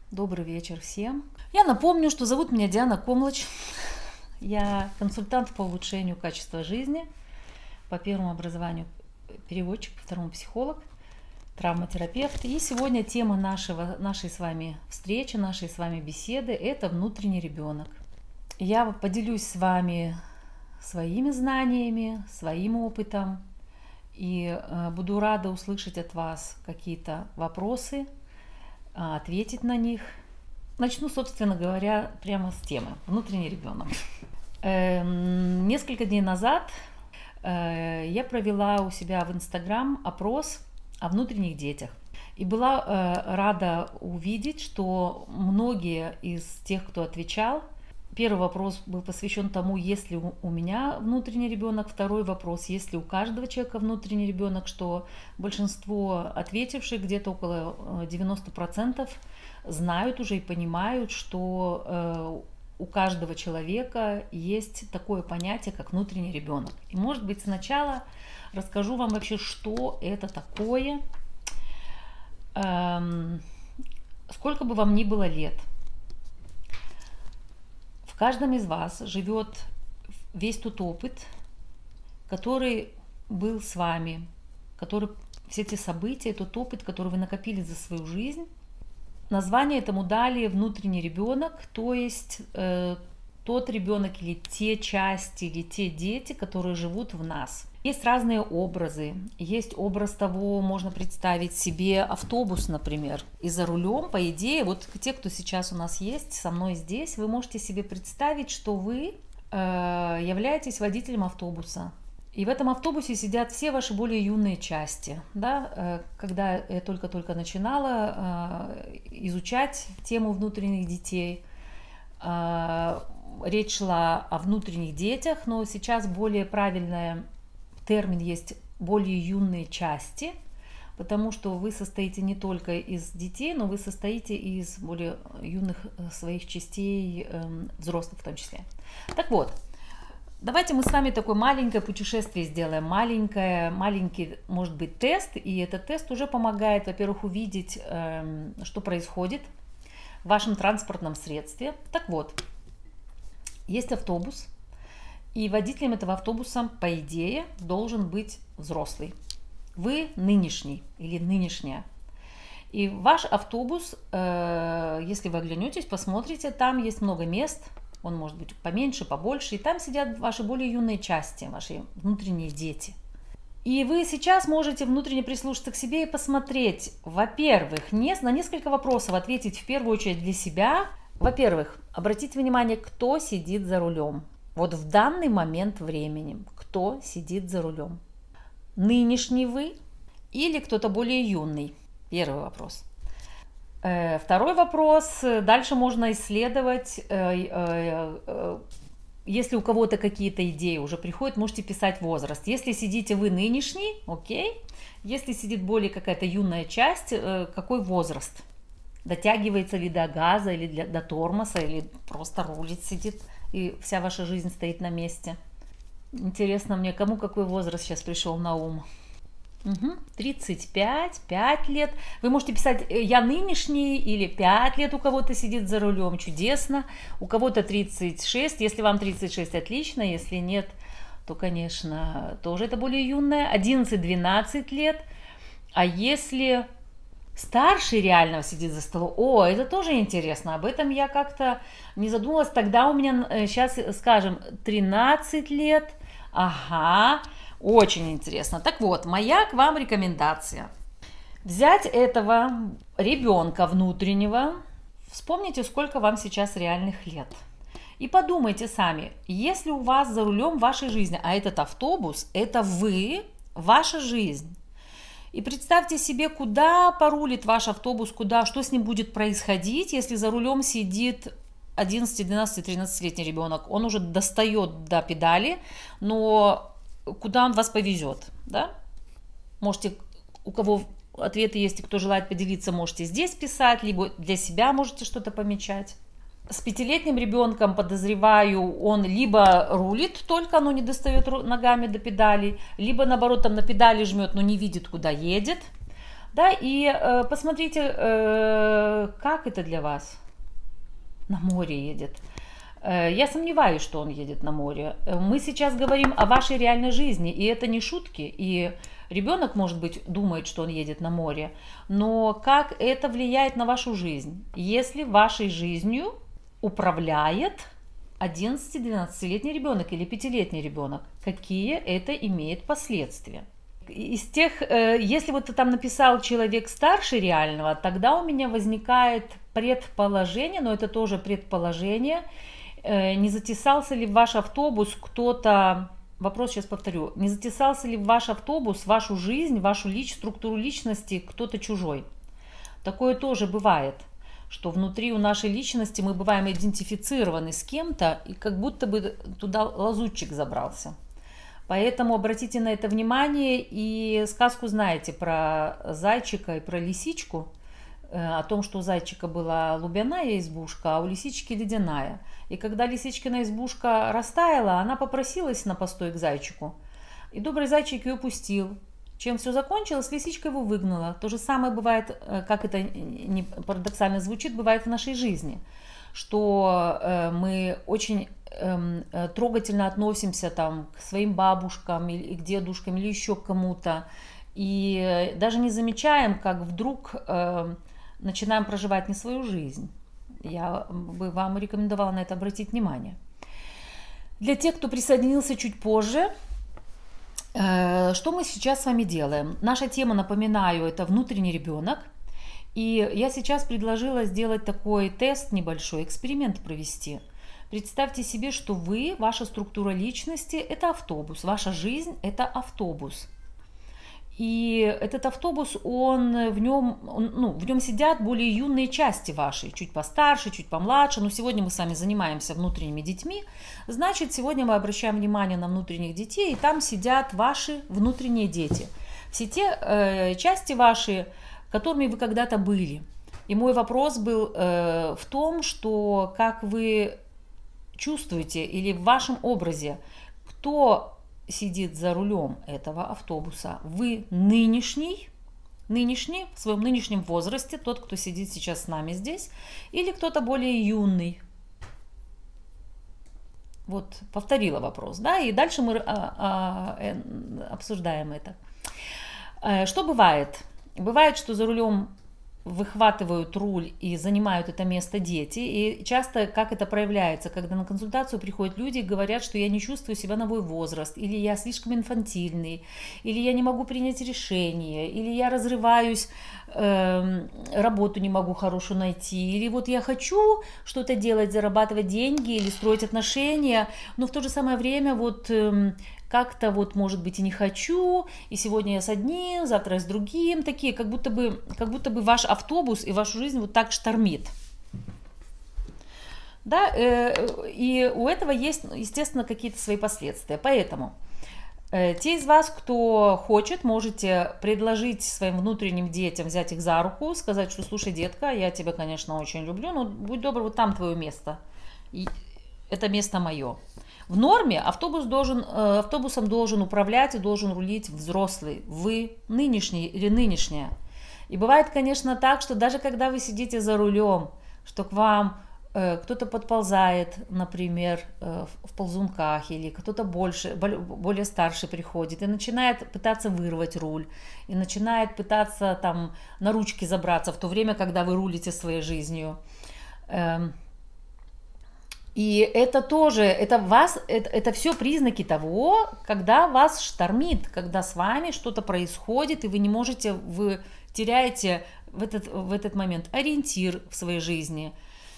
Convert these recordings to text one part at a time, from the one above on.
Добрый вечер всем. Я напомню, что зовут меня Диана Комлач. Я консультант по улучшению качества жизни. По первому образованию переводчик, по второму психолог, травматерапевт. И сегодня тема нашей с вами встречи, нашей с вами беседы – это внутренний ребенок. Я поделюсь с вами своими знаниями, своим опытом. И буду рада услышать от вас какие-то вопросы, ответить на них. Начну, собственно говоря, прямо с темы «Внутренний ребенок». Несколько дней назад я провела у себя в Инстаграм опрос о внутренних детях. И была рада увидеть, что многие из тех, кто отвечал, первый вопрос был посвящен тому, есть ли у меня внутренний ребенок. Второй вопрос, есть ли у каждого человека внутренний ребенок, что большинство ответивших, где-то около 90%, знают уже и понимают, что у каждого человека есть такое понятие, как внутренний ребенок. И, может быть, сначала расскажу вам вообще, что это такое, сколько бы вам ни было лет. В каждом из вас живет весь тот опыт, который был с вами, все те события, тот опыт, который вы накопили за свою жизнь. Название этому дали внутренний ребенок, то есть тот ребенок или те части, или те дети, которые живут в нас. Есть разные образы. Есть образ того, можно представить себе автобус, например, и за рулем, по идее, вот те, кто сейчас у нас есть, со мной здесь, вы можете себе представить, что вы являетесь водителем автобуса. И в этом автобусе сидят все ваши более юные части. Да? Когда я только-только начинала изучать тему внутренних детей, речь шла о внутренних детях, но сейчас более правильный термин есть более юные части, потому что вы состоите не только из детей, но вы состоите из более юных своих частей, взрослых в том числе. Так вот, давайте мы с вами такое маленькое путешествие сделаем, маленький, может быть, тест, и этот тест уже помогает, во-первых, увидеть, что происходит в вашем транспортном средстве. Так вот, есть автобус, и водителем этого автобуса, по идее, должен быть взрослый. Вы нынешний или нынешняя. И ваш автобус, если вы оглянетесь, посмотрите, там есть много мест, он может быть поменьше, побольше, и там сидят ваши более юные части, ваши внутренние дети. И вы сейчас можете внутренне прислушаться к себе и посмотреть, во-первых, на несколько вопросов ответить в первую очередь для себя. Во-первых, обратите внимание, кто сидит за рулем. Вот в данный момент времени, кто сидит за рулем? Нынешний вы или кто-то более юный? Первый вопрос. Второй вопрос. Дальше можно исследовать, если у кого-то какие-то идеи уже приходят, можете писать возраст. Если сидите вы нынешний, окей. Если сидит более какая-то юная часть, какой возраст? Дотягивается ли до газа или до тормоза, или просто рулит, сидит, и вся ваша жизнь стоит на месте. Интересно мне, кому какой возраст сейчас пришел на ум? 35, 5 лет. Вы можете писать «я нынешний» или 5 лет у кого-то сидит за рулем. Чудесно. У кого-то 36. Если вам 36, отлично. Если нет, то, конечно, тоже это более юное. 11-12 лет. А если старший реально сидит за столом, это тоже интересно. Об этом я как-то не задумалась. Тогда у меня сейчас, скажем, 13 лет. Ага. Очень интересно. Так вот, моя к вам рекомендация. Взять этого ребенка внутреннего, вспомните, сколько вам сейчас реальных лет. И подумайте сами, если у вас за рулем вашей жизни, а этот автобус, это вы, ваша жизнь. И представьте себе, куда порулит ваш автобус, что с ним будет происходить, если за рулем сидит 11, 12, 13-летний ребенок. Он уже достает до педали, но куда он вас повезет, да? Можете, у кого ответы есть, и кто желает поделиться, можете здесь писать, либо для себя можете что-то помечать. С 5-летним ребенком, подозреваю, он либо рулит только, но не достает ногами до педалей, либо наоборот там на педали жмет, но не видит, куда едет. Да, и посмотрите, как это для вас. На море едет. Я сомневаюсь, что он едет на море. Мы сейчас говорим о вашей реальной жизни, и это не шутки. И ребенок, может быть, думает, что он едет на море, но как это влияет на вашу жизнь? Если вашей жизнью управляет 11-12-летний ребенок или 5-летний ребенок, какие это имеет последствия? Из тех, если вот ты там написал человек старше реального, тогда у меня возникает предположение, но это тоже предположение, не затесался ли в ваш автобус кто-то, вопрос сейчас повторю, не затесался ли в ваш автобус, в вашу жизнь, в вашу структуру личности кто-то чужой? Такое тоже бывает, что внутри у нашей личности мы бываем идентифицированы с кем-то, и как будто бы туда лазутчик забрался. Поэтому обратите на это внимание, и сказку знаете про зайчика и про лисичку, о том, что у зайчика была лубяная избушка, а у лисички ледяная. И когда лисичкина избушка растаяла, она попросилась на постой к зайчику, и добрый зайчик ее пустил. Чем все закончилось, лисичка его выгнала. То же самое бывает, как это не парадоксально звучит, бывает в нашей жизни, что мы очень трогательно относимся там к своим бабушкам или к дедушкам или еще к кому-то, и даже не замечаем, как вдруг начинаем проживать не свою жизнь. Я бы вам рекомендовала на это обратить внимание. Для тех, кто присоединился чуть позже, что мы сейчас с вами делаем? Наша тема, напоминаю, это внутренний ребенок. И я сейчас предложила сделать такой тест небольшой, эксперимент провести. Представьте себе, что вы, ваша структура личности – это автобус, ваша жизнь – это автобус. И этот автобус, в нем сидят более юные части ваши, чуть постарше, чуть помладше. Но сегодня мы с вами занимаемся внутренними детьми. Значит, сегодня мы обращаем внимание на внутренних детей, и там сидят ваши внутренние дети. Все те части ваши, которыми вы когда-то были. И мой вопрос был в том, что как вы чувствуете или в вашем образе, кто сидит за рулем этого автобуса? Вы нынешний в своем нынешнем возрасте, тот, кто сидит сейчас с нами здесь, или кто-то более юный? Вот, повторила вопрос, да, и дальше мы обсуждаем это. Что бывает? Бывает, что за рулем выхватывают руль и занимают это место дети. И часто как это проявляется, когда на консультацию приходят люди и говорят, что я не чувствую себя на мой возраст, или я слишком инфантильный, или я не могу принять решение, или я разрываюсь, работу не могу хорошую найти, или вот я хочу что-то делать, зарабатывать деньги или строить отношения, но в то же самое время вот как-то вот, может быть, и не хочу, и сегодня я с одним, завтра я с другим, такие, как будто бы ваш автобус и вашу жизнь вот так штормит. Да, и у этого есть, естественно, какие-то свои последствия. Поэтому те из вас, кто хочет, можете предложить своим внутренним детям взять их за руку, сказать, что слушай, детка, я тебя, конечно, очень люблю, но будь добр, вот там твое место, и это место мое. В норме автобусом должен управлять и должен рулить взрослый, вы нынешний или нынешняя. И бывает, конечно, так, что даже когда вы сидите за рулем, что к вам кто-то подползает, например, в ползунках, или кто-то более старший приходит и начинает пытаться вырвать руль, и начинает пытаться там на ручки забраться в то время, когда вы рулите своей жизнью. И это тоже, это все признаки того, когда вас штормит, когда с вами что-то происходит, и вы не можете, вы теряете в этот момент ориентир в своей жизни.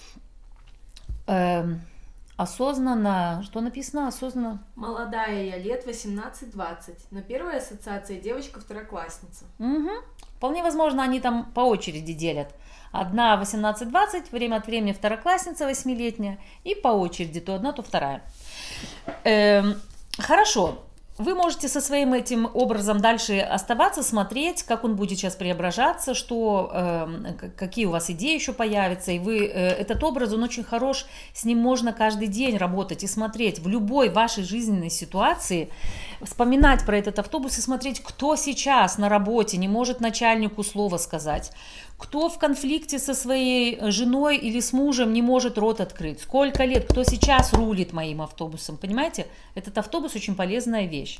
Осознанно, что написано? Осознанно. Молодая я, лет 18-20, но первая ассоциация девочка-второклассница. Угу. Вполне возможно, они там по очереди делят. Одна 18-20, время от времени второклассница 8-летняя, и по очереди то одна, то вторая. Хорошо. вы можете со своим этим образом дальше оставаться, смотреть, как он будет сейчас преображаться, какие у вас идеи еще появятся. И этот образ, он очень хорош, с ним можно каждый день работать и смотреть в любой вашей жизненной ситуации, вспоминать про этот автобус и смотреть, кто сейчас на работе не может начальнику слова сказать, кто в конфликте со своей женой или с мужем не может рот открыть, сколько лет, кто сейчас рулит моим автобусом, понимаете? Этот автобус очень полезная вещь.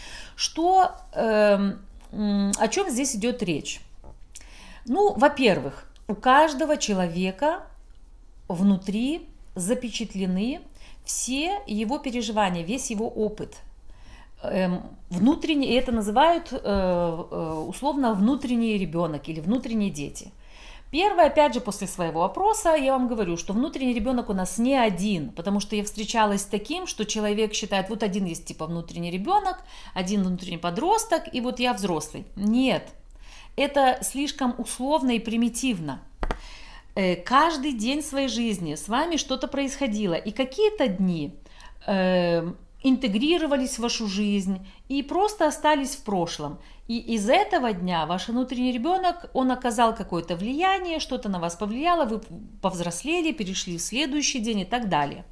О чем здесь идет речь? Ну, во-первых, у каждого человека внутри запечатлены все его переживания, весь его опыт. Внутренний, и это называют условно внутренний ребенок или внутренние дети. Первое, опять же, после своего опроса я вам говорю, что внутренний ребенок у нас не один, потому что я встречалась с таким, что человек считает, вот один есть типа внутренний ребенок, один внутренний подросток, и вот я взрослый. Нет, это слишком условно и примитивно. Каждый день своей жизни с вами что-то происходило, и какие-то дни интегрировались в вашу жизнь и просто остались в прошлом. И из этого дня ваш внутренний ребенок, он оказал какое-то влияние, что-то на вас повлияло, вы повзрослели, перешли в следующий день и так далее.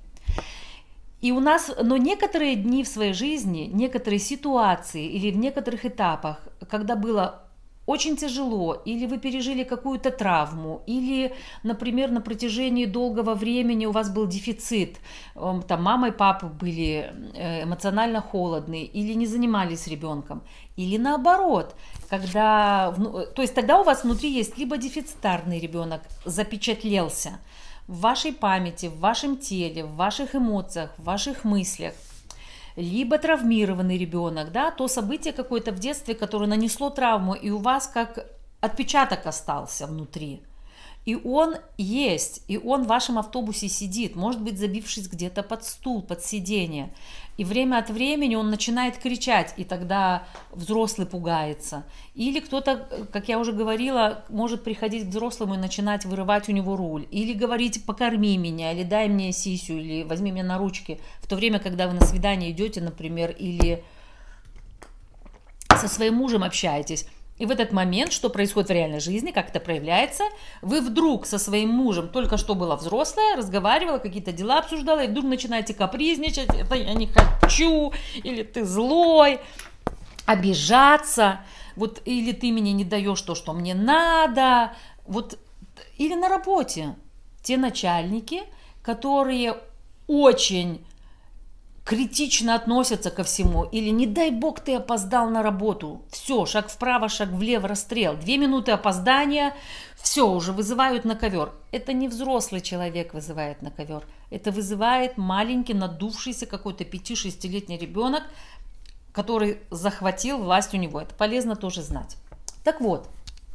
Но некоторые дни в своей жизни, некоторые ситуации или в некоторых этапах, когда было очень тяжело, или вы пережили какую-то травму, или, например, на протяжении долгого времени у вас был дефицит, там мама и папа были эмоционально холодные, или не занимались ребенком, или наоборот, то есть тогда у вас внутри есть либо дефицитарный ребенок, запечатлелся в вашей памяти, в вашем теле, в ваших эмоциях, в ваших мыслях, либо травмированный ребенок, да, то событие какое-то в детстве, которое нанесло травму, и у вас как отпечаток остался внутри. И он есть, и он в вашем автобусе сидит, может быть, забившись где-то под стул, под сиденье. И время от времени он начинает кричать, и тогда взрослый пугается. Или кто-то, как я уже говорила, может приходить к взрослому и начинать вырывать у него руль. Или говорить «покорми меня», или «дай мне сисю», или «возьми меня на ручки». В то время, когда вы на свидание идете, например, или со своим мужем общаетесь. И в этот момент, что происходит в реальной жизни, как это проявляется, вы вдруг со своим мужем, только что была взрослая, разговаривала, какие-то дела обсуждала, и вдруг начинаете капризничать, это я не хочу, или ты злой, обижаться, вот, или ты мне не даешь то, что мне надо, вот, или на работе. Те начальники, которые очень критично относятся ко всему, или не дай бог ты опоздал на работу, все, шаг вправо, шаг влево, расстрел, 2 минуты опоздания, все, уже вызывают на ковер. Это не взрослый человек вызывает на ковер, это вызывает маленький надувшийся какой-то 5-6-летний ребенок, который захватил власть у него. Это полезно тоже знать. Так вот,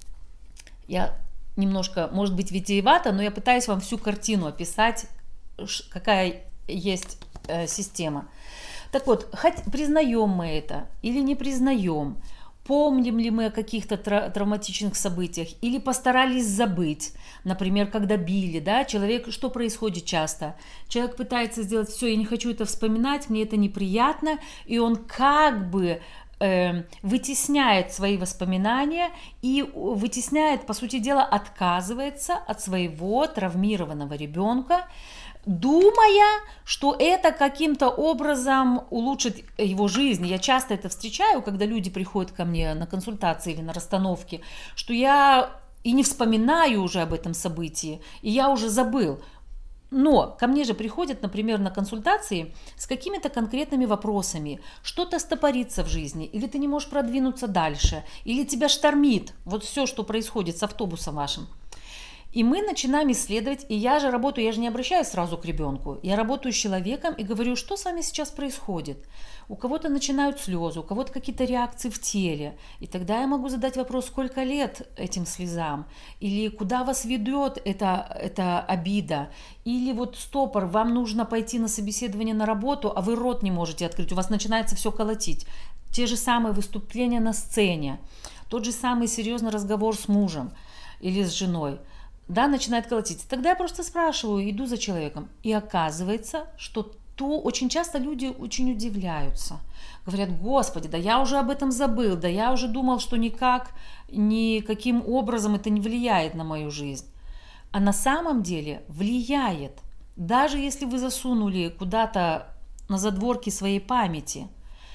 я немножко, может быть, витиевато, но я пытаюсь вам всю картину описать, какая есть система. Так вот, признаем мы это или не признаем, помним ли мы о каких-то травматичных событиях или постарались забыть, например, когда били, да, человек, что происходит часто? Человек пытается сделать все, я не хочу это вспоминать, мне это неприятно, и он как бы вытесняет свои воспоминания и вытесняет, по сути дела, отказывается от своего травмированного ребенка, думая, что это каким-то образом улучшит его жизнь. Я часто это встречаю, когда люди приходят ко мне на консультации или на расстановки, что я и не вспоминаю уже об этом событии, и я уже забыл. Но ко мне же приходят, например, на консультации с какими-то конкретными вопросами. Что-то стопорится в жизни, или ты не можешь продвинуться дальше, или тебя штормит. Вот все, что происходит с автобусом вашим. И мы начинаем исследовать, и я же не обращаюсь сразу к ребенку, я работаю с человеком и говорю, что с вами сейчас происходит. У кого-то начинают слезы, у кого-то какие-то реакции в теле, и тогда я могу задать вопрос, сколько лет этим слезам, или куда вас ведет эта обида, или вот стопор, вам нужно пойти на собеседование на работу, а вы рот не можете открыть, у вас начинается все колотить. Те же самые выступления на сцене, тот же самый серьезный разговор с мужем или с женой. Да, начинает колотиться. Тогда я просто спрашиваю, иду за человеком. И оказывается, что то очень часто люди очень удивляются. Говорят: Господи, да я уже об этом забыл, да я уже думал, что никаким образом это не влияет на мою жизнь. А на самом деле влияет. Даже если вы засунули куда-то на задворки своей памяти,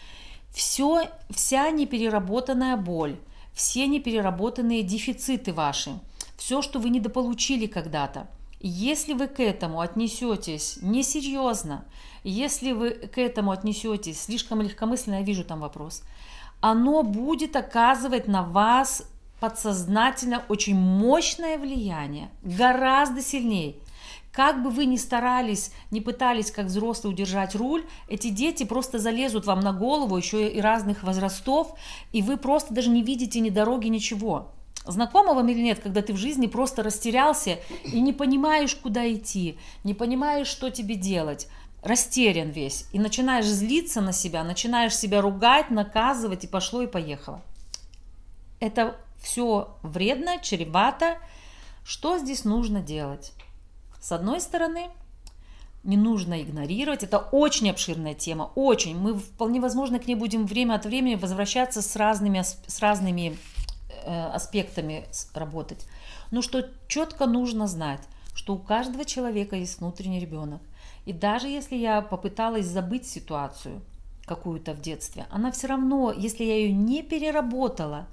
вся непереработанная боль, все непереработанные дефициты ваши, все, что вы недополучили когда-то, если вы к этому отнесетесь несерьезно, если вы к этому отнесетесь слишком легкомысленно, я вижу там вопрос, оно будет оказывать на вас подсознательно очень мощное влияние, гораздо сильнее. Как бы вы ни старались, не пытались как взрослые удержать руль, эти дети просто залезут вам на голову, еще и разных возрастов, и вы просто даже не видите ни дороги, ничего. Знакомо вам или нет, когда ты в жизни просто растерялся и не понимаешь, куда идти, не понимаешь, что тебе делать, растерян весь, и начинаешь злиться на себя, начинаешь себя ругать, наказывать, и пошло и поехало. Это все вредно, чревато. Что здесь нужно делать? С одной стороны, не нужно игнорировать. Это очень обширная тема, очень. Мы вполне возможно к ней будем время от времени возвращаться с разными аспектами работать. Но что четко нужно знать, что у каждого человека есть внутренний ребенок. И даже если я попыталась забыть ситуацию какую-то в детстве, она все равно, если я ее не переработала,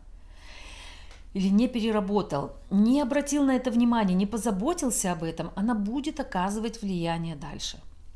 или не переработал, не обратил на это внимание, не позаботился об этом, она будет оказывать влияние дальше.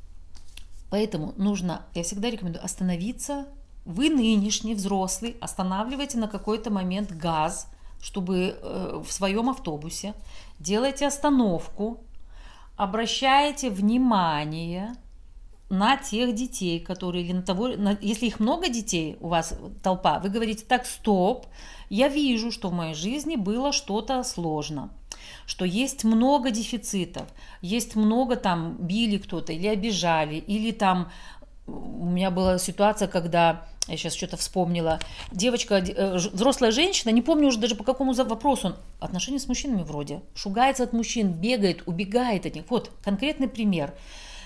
Поэтому нужно, я всегда рекомендую остановиться. Вы нынешний взрослый, останавливайте на какой-то момент газ, чтобы в своем автобусе, делайте остановку, обращаете внимание на тех детей, которые, или на того, если их много детей, у вас толпа, вы говорите: так, стоп, я вижу, что в моей жизни было что-то сложно, что есть много дефицитов, есть много там били кто-то или обижали, или там у меня была ситуация, когда, я сейчас что-то вспомнила, девочка, взрослая женщина, не помню уже даже по какому вопросу, отношения с мужчинами вроде, шугается от мужчин, бегает, убегает от них. Вот конкретный пример.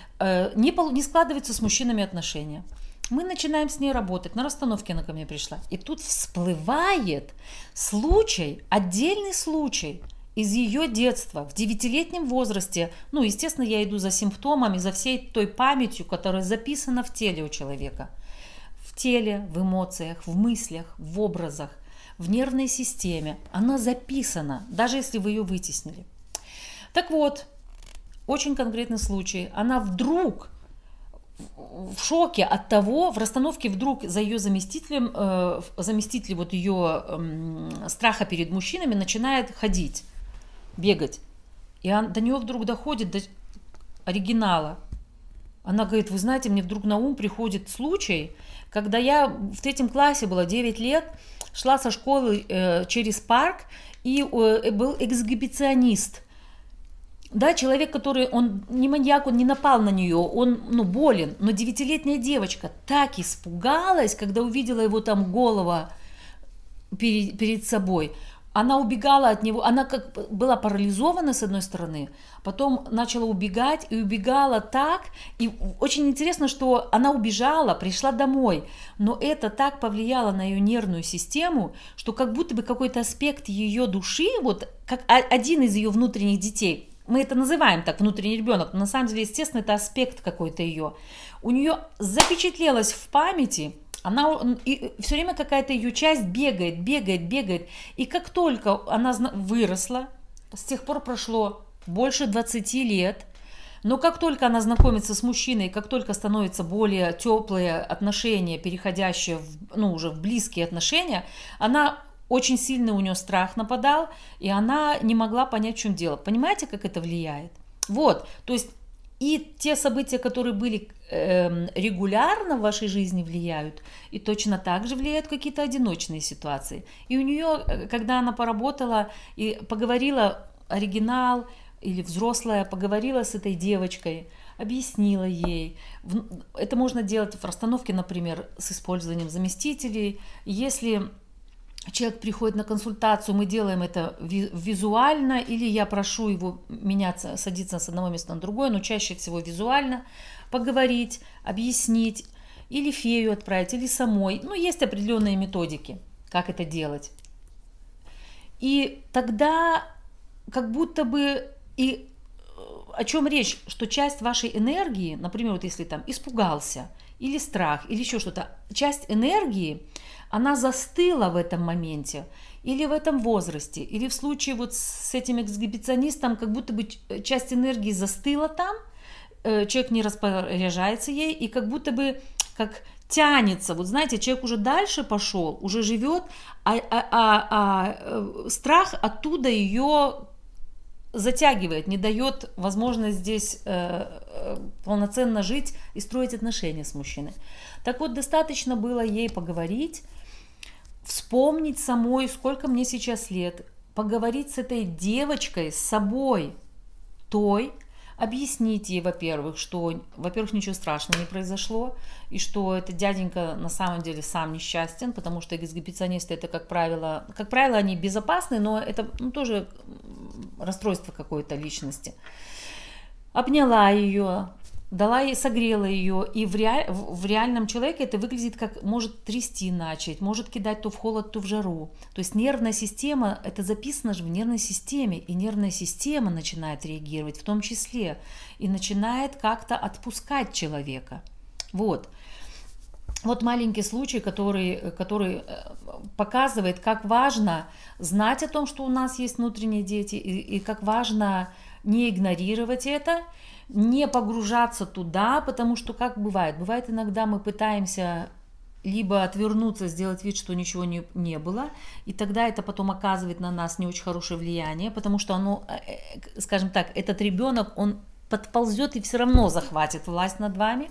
Не складываются с мужчинами отношения. Мы начинаем с ней работать. На расстановке она ко мне пришла. И тут всплывает случай, отдельный случай из ее детства, в 9-летнем возрасте. Ну, естественно, я иду за симптомами, за всей той памятью, которая записана в теле у человека. В теле, в эмоциях, в мыслях, в образах, в нервной системе. Она записана, даже если вы ее вытеснили. Так вот, очень конкретный случай. Она вдруг в шоке от того, в расстановке вдруг за ее заместителем, заместитель вот ее страха перед мужчинами начинает ходить, бегать. И до нее вдруг доходит до оригинала. Она говорит: вы знаете, мне вдруг на ум приходит случай, когда я в 3 классе была, 9 лет, шла со школы через парк, и был эксгибиционист. Да, человек, который, он не маньяк, он не напал на нее, он болен, но 9-летняя девочка так испугалась, когда увидела его там голова перед собой. Она убегала от него, она как была парализована с одной стороны, потом начала убегать и убегала так. И очень интересно, что она убежала, пришла домой, но это так повлияло на ее нервную систему, что как будто бы какой-то аспект ее души, вот как один из ее внутренних детей, мы это называем так, внутренний ребенок, но на самом деле, естественно, это аспект какой-то ее. У нее запечатлелось в памяти, и все время какая-то ее часть бегает. И как только она выросла, с тех пор прошло больше 20 лет, но как только она знакомится с мужчиной, как только становятся более теплые отношения, переходящие уже в близкие отношения, очень сильно у нее страх нападал, и она не могла понять, в чем дело. Понимаете, как это влияет? Вот, то есть и те события, которые были регулярно в вашей жизни, влияют, и точно так же влияют какие-то одиночные ситуации. И у нее, когда она поработала и поговорила, оригинал или взрослая, поговорила с этой девочкой, объяснила ей. Это можно делать в расстановке, например, с использованием заместителей. Если человек приходит на консультацию, мы делаем это визуально, или я прошу его меняться, садиться с одного места на другое, но чаще всего визуально, поговорить, объяснить, или фею отправить, или самой. Ну, есть определенные методики, как это делать. И тогда как будто бы и о чем речь, что часть вашей энергии, например, вот если там испугался, или страх, или еще что-то, часть энергии, она застыла в этом моменте, или в этом возрасте, или в случае вот с этим эксгибиционистом, как будто бы часть энергии застыла там, человек не распоряжается ей, и как будто бы как тянется, вот знаете, человек уже дальше пошел, уже живет, страх оттуда ее затягивает, не дает возможность здесь полноценно жить и строить отношения с мужчиной. Так вот, достаточно было ей поговорить, вспомнить самой, сколько мне сейчас лет, поговорить с этой девочкой, с собой, той, объяснить ей, во-первых, что, во-первых, ничего страшного не произошло, и что этот дяденька на самом деле сам несчастен, потому что эксгибиционисты это, как правило, они безопасны, но это тоже расстройство какой-то личности. Обняла ее, дала ей, согрела ее, и в реальном человеке это выглядит как может трясти начать, может кидать то в холод, то в жару. То есть нервная система, это записано же в нервной системе, и нервная система начинает реагировать в том числе, и начинает как-то отпускать человека. Вот. Вот маленький случай, который показывает, как важно знать о том, что у нас есть внутренние дети, и как важно не игнорировать это, не погружаться туда, потому что как бывает? Бывает иногда мы пытаемся либо отвернуться, сделать вид, что ничего не было, и тогда это потом оказывает на нас не очень хорошее влияние, потому что оно, скажем так, этот ребенок, он подползет и все равно захватит власть над вами.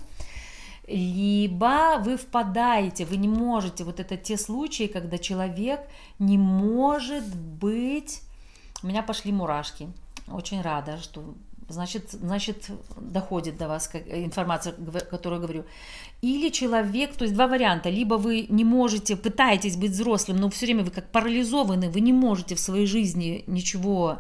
Либо вы впадаете, вы не можете, вот это те случаи, когда человек не может быть, у меня пошли мурашки, очень рада, что значит доходит до вас информация, которую говорю. Или человек, то есть два варианта, либо вы не можете, пытаетесь быть взрослым, но все время вы как парализованы, вы не можете в своей жизни ничего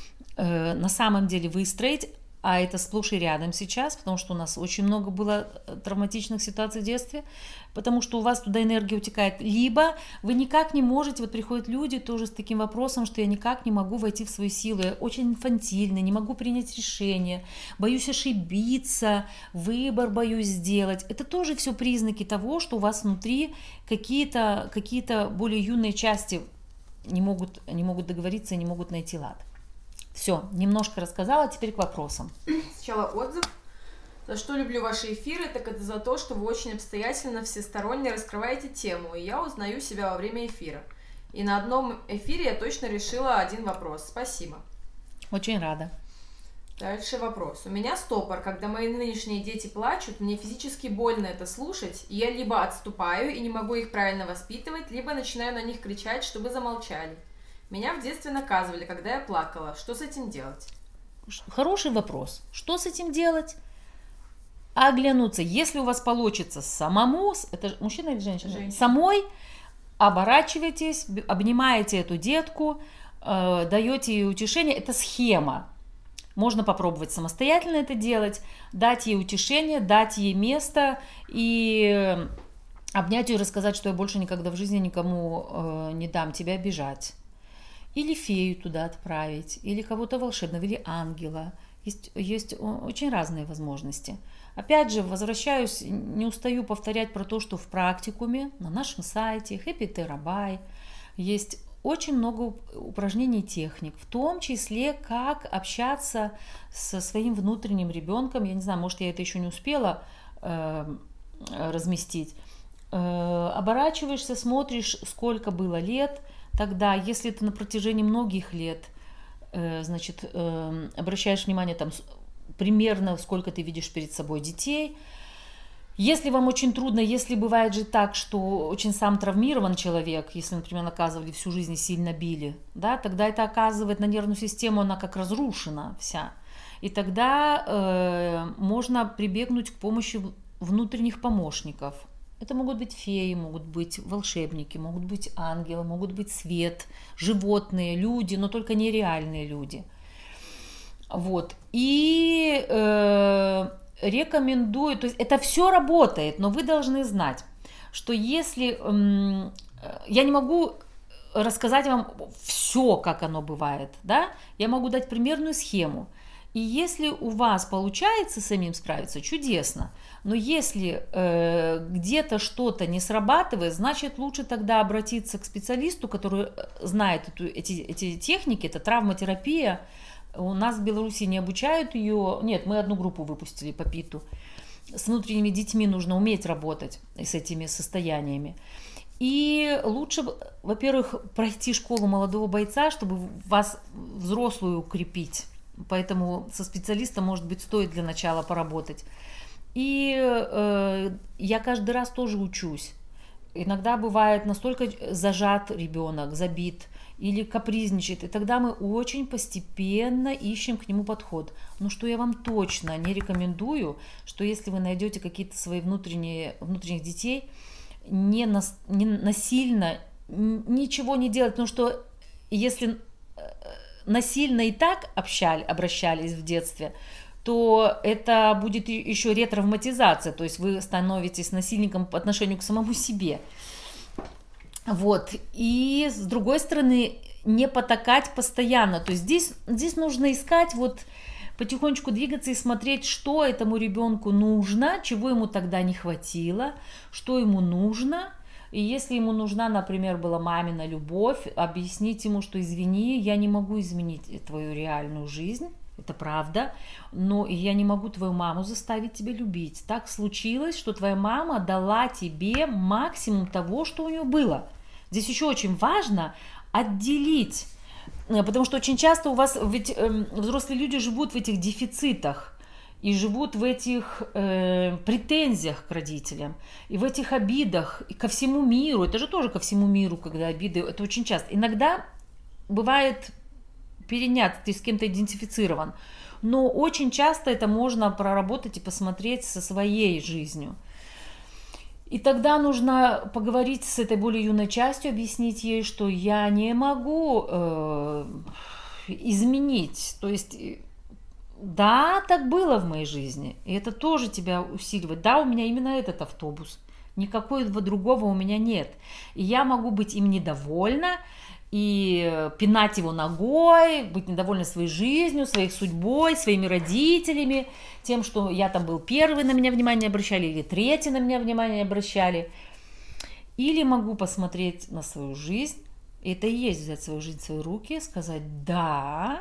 на самом деле выстроить, а это сплошь и рядом сейчас, потому что у нас очень много было травматичных ситуаций в детстве, потому что у вас туда энергия утекает. Либо вы никак не можете, вот приходят люди тоже с таким вопросом, что я никак не могу войти в свою силу, я очень инфантильна, не могу принять решение, боюсь ошибиться, выбор боюсь сделать. Это тоже все признаки того, что у вас внутри какие-то более юные части не могут договориться и не могут найти лад. Все, немножко рассказала, теперь к вопросам. Сначала отзыв. За что люблю ваши эфиры, так это за то, что вы очень обстоятельно, всесторонне раскрываете тему, и я узнаю себя во время эфира. И на одном эфире я точно решила один вопрос. Спасибо. Очень рада. Дальше вопрос. У меня стопор. Когда мои нынешние дети плачут, мне физически больно это слушать, и я либо отступаю и не могу их правильно воспитывать, либо начинаю на них кричать, чтобы замолчали. Меня в детстве наказывали, когда я плакала. Что с этим делать? Хороший вопрос. Что с этим делать? Оглянуться. Если у вас получится самому, это мужчина или женщина? Женщина. Самой оборачивайтесь, обнимаете эту детку, даете ей утешение. Это схема. Можно попробовать самостоятельно это делать, дать ей утешение, дать ей место и обнять ее и рассказать, что я больше никогда в жизни никому не дам тебя обижать. Или фею туда отправить, или кого-то волшебного, или ангела. Есть очень разные возможности. Опять же, возвращаюсь, не устаю повторять про то, что в практикуме на нашем сайте Happy Terabai есть очень много упражнений, техник, в том числе, как общаться со своим внутренним ребенком. Я не знаю, может, я это еще не успела разместить. Оборачиваешься, смотришь, сколько было лет. Тогда, если ты на протяжении многих лет, значит, обращаешь внимание, там, примерно сколько ты видишь перед собой детей. Если вам очень трудно, если бывает же так, что очень сам травмирован человек, если, например, наказывали всю жизнь и сильно били, да, тогда это оказывает на нервную систему, она как разрушена вся. И тогда можно прибегнуть к помощи внутренних помощников. Это могут быть феи, могут быть волшебники, могут быть ангелы, могут быть свет, животные, люди, но только нереальные люди. Вот. И рекомендую, то есть это все работает, но вы должны знать, что если я не могу рассказать вам все, как оно бывает, да, я могу дать примерную схему. И если у вас получается самим справиться, чудесно. Но если где-то что-то не срабатывает, значит лучше тогда обратиться к специалисту, который знает эти техники, это травматерапия. У нас в Беларуси не обучают ее. Нет, мы одну группу выпустили по ПИТу. С внутренними детьми нужно уметь работать с этими состояниями. И лучше, во-первых, пройти школу молодого бойца, чтобы вас взрослую укрепить. Поэтому со специалистом, может быть, стоит для начала поработать. И я каждый раз тоже учусь. Иногда бывает настолько зажат ребенок, забит или капризничает, и тогда мы очень постепенно ищем к нему подход. Но что я вам точно не рекомендую, что если вы найдете какие-то свои внутренних детей, не насильно ничего не делать, потому что если насильно и так обращались в детстве, то это будет еще ретравматизация, то есть вы становитесь насильником по отношению к самому себе. Вот. И с другой стороны, не потакать постоянно. То есть здесь нужно искать, вот потихонечку двигаться и смотреть, что этому ребенку нужно, чего ему тогда не хватило, что ему нужно. И если ему нужна, например, была мамина любовь, объяснить ему, что извини, я не могу изменить твою реальную жизнь, это правда, но я не могу твою маму заставить тебя любить. Так случилось, что твоя мама дала тебе максимум того, что у нее было. Здесь еще очень важно отделить, потому что очень часто у вас ведь взрослые люди живут в этих дефицитах и живут в этих претензиях к родителям, и в этих обидах, и ко всему миру. Это же тоже ко всему миру, когда обиды, это очень часто. Иногда бывает перенят, ты с кем-то идентифицирован, но очень часто это можно проработать и посмотреть со своей жизнью. И тогда нужно поговорить с этой более юной частью, объяснить ей, что я не могу изменить. То есть, да, так было в моей жизни, и это тоже тебя усиливает. Да, у меня именно этот автобус, никакого другого у меня нет. И я могу быть им недовольна, и пинать его ногой, быть недовольна своей жизнью, своей судьбой, своими родителями, тем, что я там был первый, на меня внимание обращали, или третий на меня внимание обращали. Или могу посмотреть на свою жизнь, и это и есть взять свою жизнь в свои руки, сказать: да,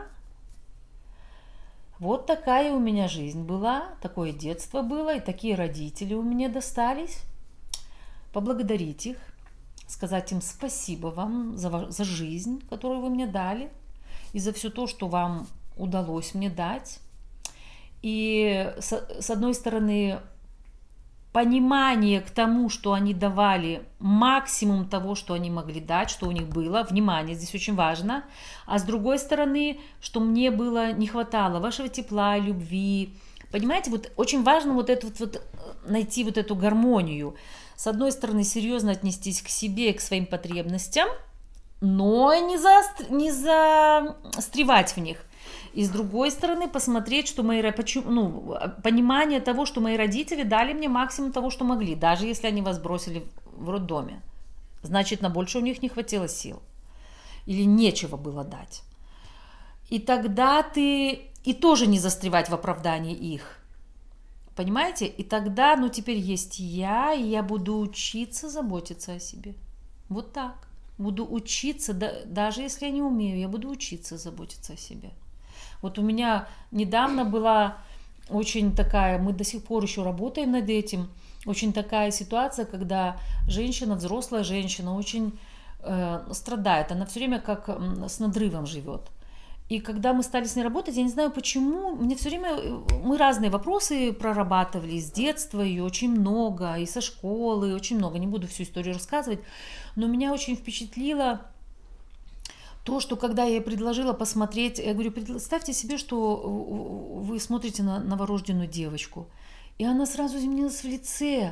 вот такая у меня жизнь была, такое детство было, и такие родители у меня достались. Поблагодарить их, сказать им спасибо вам за жизнь, которую вы мне дали, и за все то, что вам удалось мне дать. И с одной стороны, понимание к тому, что они давали максимум того, что они могли дать, что у них было, внимание, здесь очень важно, а с другой стороны, что мне было не хватало вашего тепла, любви. Понимаете, вот очень важно вот найти вот эту гармонию. С одной стороны, серьезно отнестись к себе и к своим потребностям, но не застревать в них. И с другой стороны, посмотреть, что понимание того, что мои родители дали мне максимум того, что могли, даже если они вас бросили в роддоме. Значит, на больше у них не хватило сил. Или нечего было дать. И тогда и тоже не застревать в оправдании их. Понимаете? И тогда, теперь есть я, и я буду учиться заботиться о себе. Вот так. Буду учиться, даже если я не умею, я буду учиться заботиться о себе. Вот у меня недавно была очень такая, мы до сих пор еще работаем над этим, очень такая ситуация, когда женщина, взрослая женщина, очень страдает. Она все время как с надрывом живет. И когда мы стали с ней работать, я не знаю почему, мы разные вопросы прорабатывали с детства, и очень много, и со школы, очень много, не буду всю историю рассказывать, но меня очень впечатлило то, что когда я ей предложила посмотреть, я говорю: представьте себе, что вы смотрите на новорожденную девочку, и она сразу изменилась в лице,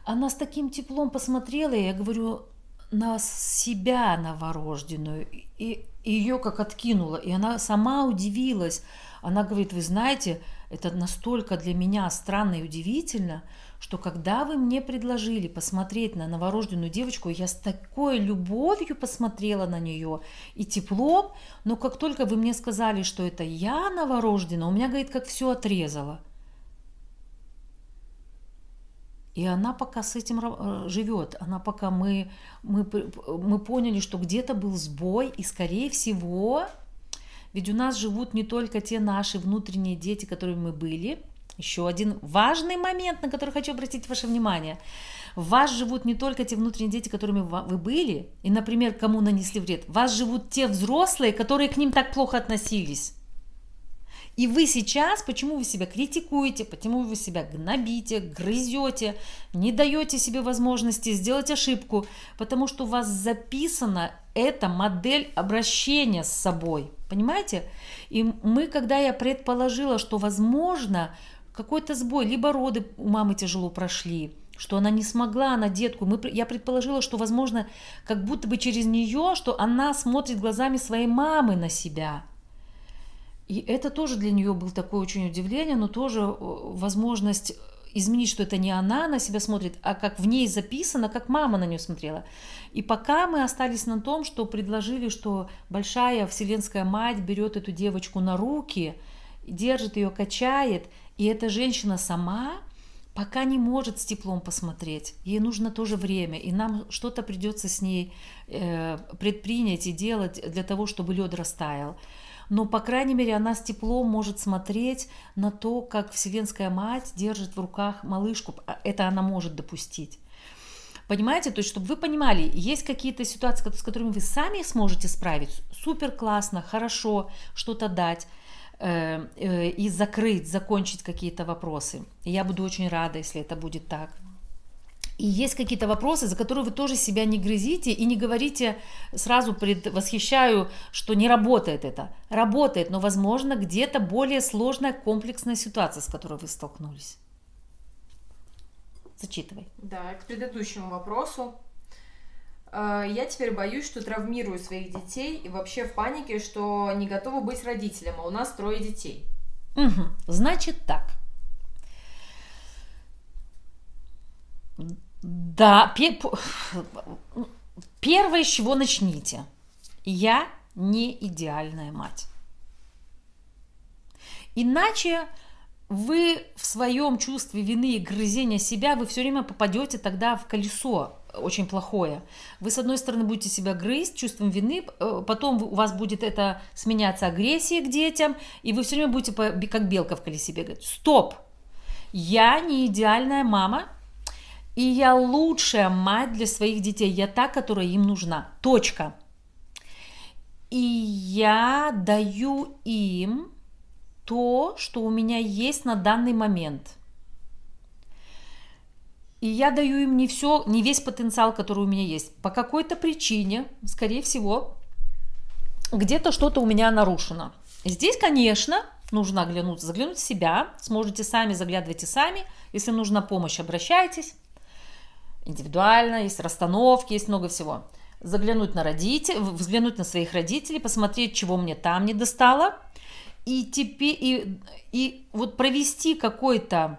Она с таким теплом посмотрела, и я говорю, на себя новорожденную, и ее как откинула, и она сама удивилась. Она говорит, вы знаете, это настолько для меня странно и удивительно, что когда вы мне предложили посмотреть на новорожденную девочку, я с такой любовью посмотрела на нее и теплом, но как только вы мне сказали, что это я новорожденная, у меня, говорит, как все отрезало. И она пока с этим живет, она пока мы поняли, что где-то был сбой, и скорее всего, ведь у нас живут не только те наши внутренние дети, которыми мы были. Еще один важный момент, на который хочу обратить ваше внимание. В вас живут не только те внутренние дети, которыми вы были, и, например, кому нанесли вред. В вас живут те взрослые, которые к ним так плохо относились. И вы сейчас, почему вы себя критикуете, почему вы себя гнобите, грызете, не даете себе возможности сделать ошибку, потому что у вас записана эта модель обращения с собой, понимаете? И когда я предположила, что возможно какой-то сбой, либо роды у мамы тяжело прошли, что она не смогла на детку, я предположила, что возможно как будто бы через нее, что она смотрит глазами своей мамы на себя. И это тоже для нее было такое очень удивление, но тоже возможность изменить, что это не она на себя смотрит, а как в ней записано, как мама на нее смотрела. И пока мы остались на том, что предложили, что большая Вселенская Мать берет эту девочку на руки, держит ее, качает, и эта женщина сама пока не может с теплом посмотреть. Ей нужно тоже время, и нам что-то придется с ней предпринять и делать для того, чтобы лед растаял. Но, по крайней мере, она с теплом может смотреть на то, как Вселенская Мать держит в руках малышку. Это она может допустить. Понимаете? То есть, чтобы вы понимали, есть какие-то ситуации, с которыми вы сами сможете справиться. Супер классно, хорошо что-то дать и закрыть, закончить какие-то вопросы. И я буду очень рада, если это будет так. И есть какие-то вопросы, за которые вы тоже себя не грызите и не говорите, сразу предвосхищаю, что не работает это. Работает, но, возможно, где-то более сложная, комплексная ситуация, с которой вы столкнулись. Зачитывай. Да, к предыдущему вопросу. Я теперь боюсь, что травмирую своих детей и вообще в панике, что не готова быть родителем, а у нас 3 детей. Угу. Значит так. Да, первое, с чего начните. Я не идеальная мать. Иначе вы в своем чувстве вины и грызения себя, вы все время попадете тогда в колесо очень плохое. Вы, с одной стороны, будете себя грызть чувством вины, потом у вас будет это сменяться агрессией к детям, и вы все время будете как белка в колесе бегать. Стоп! Я не идеальная мама, и я лучшая мать для своих детей. Я та, которая им нужна. Точка. И я даю им то, что у меня есть на данный момент. И я даю им не весь потенциал, который у меня есть. По какой-то причине, скорее всего, где-то что-то у меня нарушено. Здесь, конечно, нужно заглянуть в себя. Сможете сами, заглядывайте сами. Если нужна помощь, обращайтесь. Индивидуально, есть расстановки, есть много всего. Взглянуть на своих родителей, посмотреть, чего мне там не достало. И теперь вот провести какой-то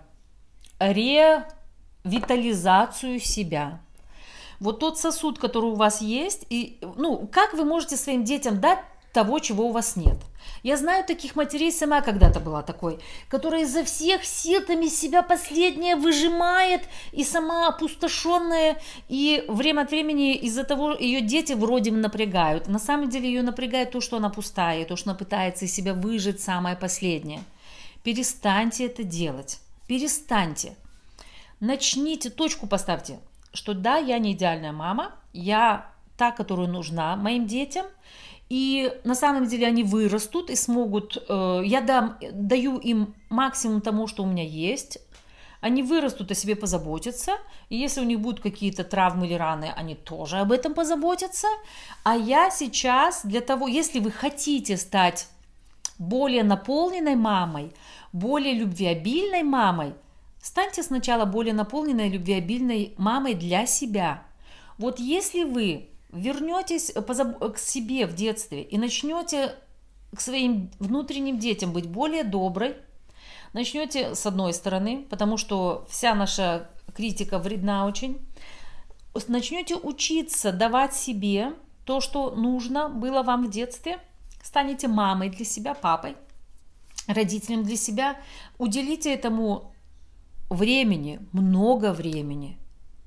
ревитализацию себя. Вот тот сосуд, который у вас есть, как вы можете своим детям дать того, чего у вас нет? Я знаю таких матерей, сама когда-то была такой, которая изо всех сил из себя последнее выжимает, и сама опустошенная, и время от времени из-за того ее дети вроде напрягают. На самом деле ее напрягает то, что она пустая, то, что она пытается из себя выжать самое последнее. Перестаньте это делать. Перестаньте. Начните, точку поставьте, что да, я не идеальная мама, я та, которая нужна моим детям, и на самом деле они вырастут и смогут, я даю им максимум тому, что у меня есть, они вырастут, о себе позаботятся, и если у них будут какие-то травмы или раны, они тоже об этом позаботятся, а я сейчас для того, если вы хотите стать более наполненной мамой, более любвеобильной мамой, Станьте сначала более наполненной, любвеобильной мамой для себя. Вот если вы вернетесь к себе в детстве и начнете к своим внутренним детям быть более доброй, начнете с одной стороны, потому что вся наша критика вредна очень, начнете учиться давать себе то, что нужно было вам в детстве, станете мамой для себя, папой, родителем для себя, уделите этому времени, много времени.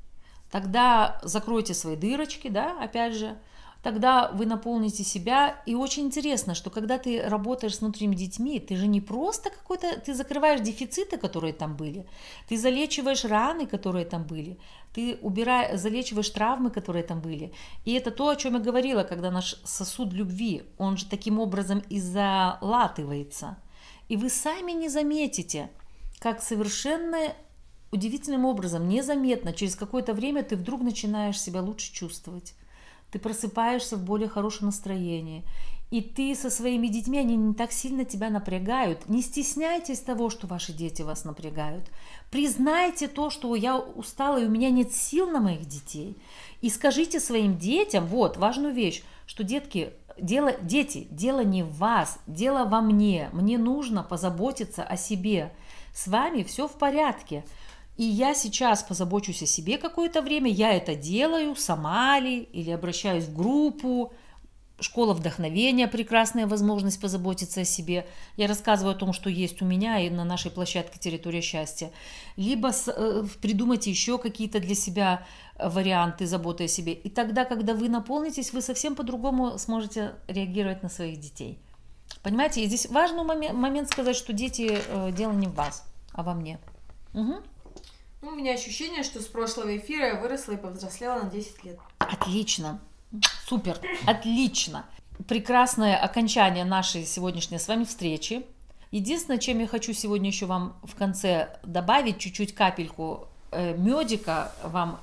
Тогда закройте свои дырочки, да, опять же, тогда вы наполните себя. И очень интересно, что когда ты работаешь с внутренними детьми, ты же не просто какой-то, ты закрываешь дефициты, которые там были, ты залечиваешь раны, которые там были, ты залечиваешь травмы, которые там были. И это то, о чем я говорила, когда наш сосуд любви, он же таким образом и залатывается. И вы сами не заметите, как совершенно удивительным образом, незаметно, через какое-то время ты вдруг начинаешь себя лучше чувствовать. Ты просыпаешься в более хорошем настроении. И ты со своими детьми, они не так сильно тебя напрягают. Не стесняйтесь того, что ваши дети вас напрягают. Признайте то, что я устала и у меня нет сил на моих детей. И скажите своим детям, вот, важную вещь, что дети, дело не в вас, дело во мне. Мне нужно позаботиться о себе. С вами все в порядке. И я сейчас позабочусь о себе какое-то время, я это делаю сама ли, или обращаюсь в группу. Школа вдохновения – прекрасная возможность позаботиться о себе. Я рассказываю о том, что есть у меня и на нашей площадке «Территория счастья». Либо придумайте еще какие-то для себя варианты заботы о себе. И тогда, когда вы наполнитесь, вы совсем по-другому сможете реагировать на своих детей. Понимаете, и здесь важный момент сказать, что дети дело не в вас, а во мне. Угу. Ну, у меня ощущение, что с прошлого эфира я выросла и повзрослела на 10 лет. Отлично. Супер. Отлично. Прекрасное окончание нашей сегодняшней с вами встречи. Единственное, чем я хочу сегодня еще вам в конце добавить, чуть-чуть капельку медика вам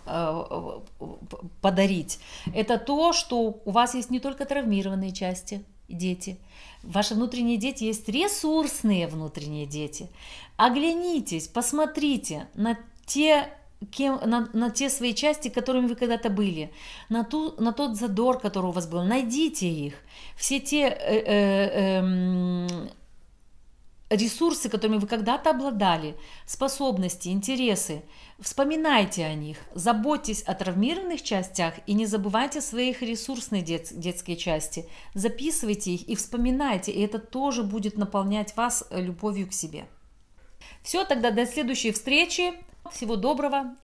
подарить, это то, что у вас есть не только травмированные части, дети. Ваши внутренние дети есть ресурсные внутренние дети. Оглянитесь, посмотрите на те свои части, которыми вы когда-то были, на тот задор, который у вас был. Найдите их. Все те ресурсы, которыми вы когда-то обладали, способности, интересы. Вспоминайте о них. Заботьтесь о травмированных частях и не забывайте своих ресурсных детские части. Записывайте их и вспоминайте, и это тоже будет наполнять вас любовью к себе. Все, тогда до следующей встречи. Всего доброго